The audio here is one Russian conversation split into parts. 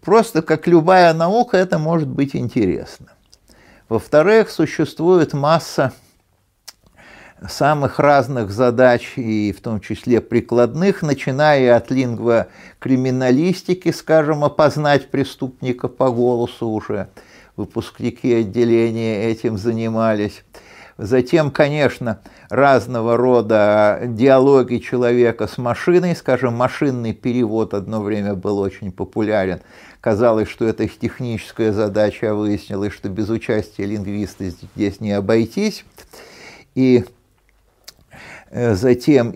просто как любая наука, это может быть интересно. Во-вторых, существует масса самых разных задач, и в том числе прикладных, начиная от лингвокриминалистики, скажем, опознать преступника по голосу, уже выпускники отделения этим занимались. Затем, конечно, разного рода диалоги человека с машиной, скажем, машинный перевод одно время был очень популярен. Казалось, что это техническая задача, а выяснилось, что без участия лингвиста здесь не обойтись. И затем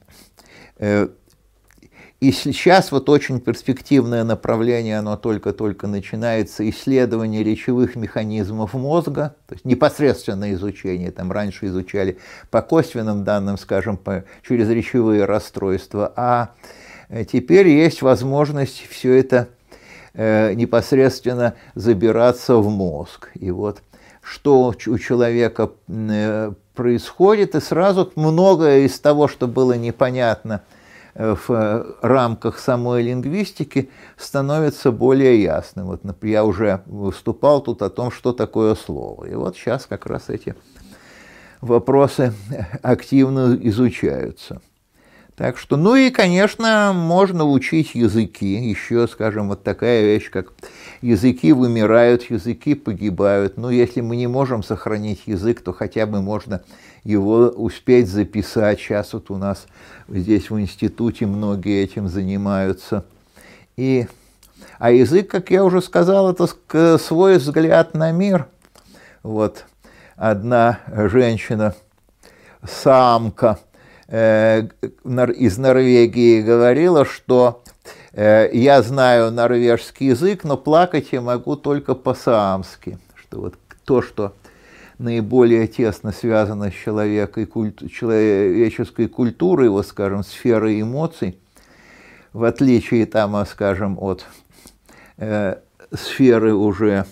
и сейчас вот очень перспективное направление, оно только-только начинается, исследование речевых механизмов мозга, то есть непосредственное изучение, там раньше изучали по косвенным данным, скажем, через речевые расстройства, а теперь есть возможность все это непосредственно забираться в мозг. И вот что у человека происходит, и сразу многое из того, что было непонятно в рамках самой лингвистики, становится более ясным. Вот, например, я уже выступал тут о том, что такое слово. И вот сейчас как раз эти вопросы активно изучаются. Так что, ну и, конечно, можно учить языки. Еще, скажем, вот такая вещь, как языки вымирают, языки погибают. Но если мы не можем сохранить язык, то хотя бы можно его успеть записать. Сейчас вот у нас здесь в институте многие этим занимаются. А язык, как я уже сказал, это свой взгляд на мир. Вот одна женщина, самка, из Норвегии говорила, что я знаю норвежский язык, но плакать я могу только по-саамски. Что вот то, что наиболее тесно связано с человеческой культурой, вот, скажем, сферой эмоций, в отличие, там, скажем, от сферы уже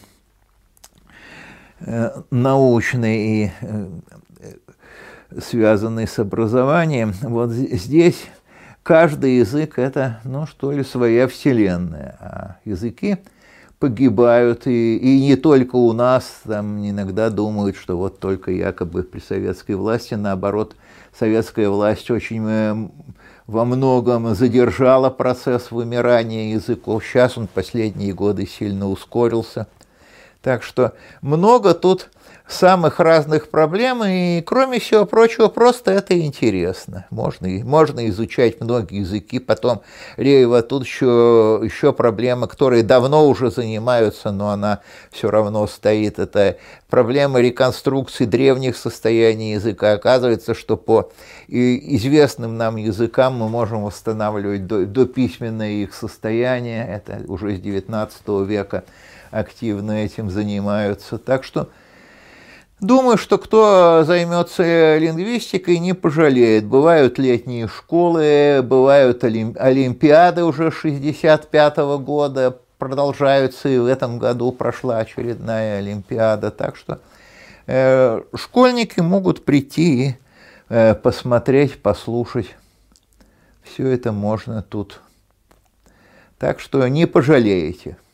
научной и связанной с образованием, вот здесь каждый язык – это, ну, что ли, своя вселенная, а языки погибают, и не только у нас, там иногда думают, что вот только якобы при советской власти, наоборот, советская власть очень во многом задержала процесс вымирания языков, сейчас он последние годы сильно ускорился, так что много тут самых разных проблем, и, кроме всего прочего, просто это интересно. Можно изучать многие языки, потом Реева тут еще проблема, которые давно уже занимаются, но она все равно стоит. Это проблема реконструкции древних состояний языка. Оказывается, что по известным нам языкам мы можем восстанавливать дописьменное их состояние. Это уже с XIX века активно этим занимаются. Так что думаю, что кто займется лингвистикой, не пожалеет. Бывают летние школы, бывают олимпиады уже 65-го года, продолжаются, и в этом году прошла очередная олимпиада. Так что школьники могут прийти и посмотреть, послушать. Все это можно тут. Так что не пожалеете.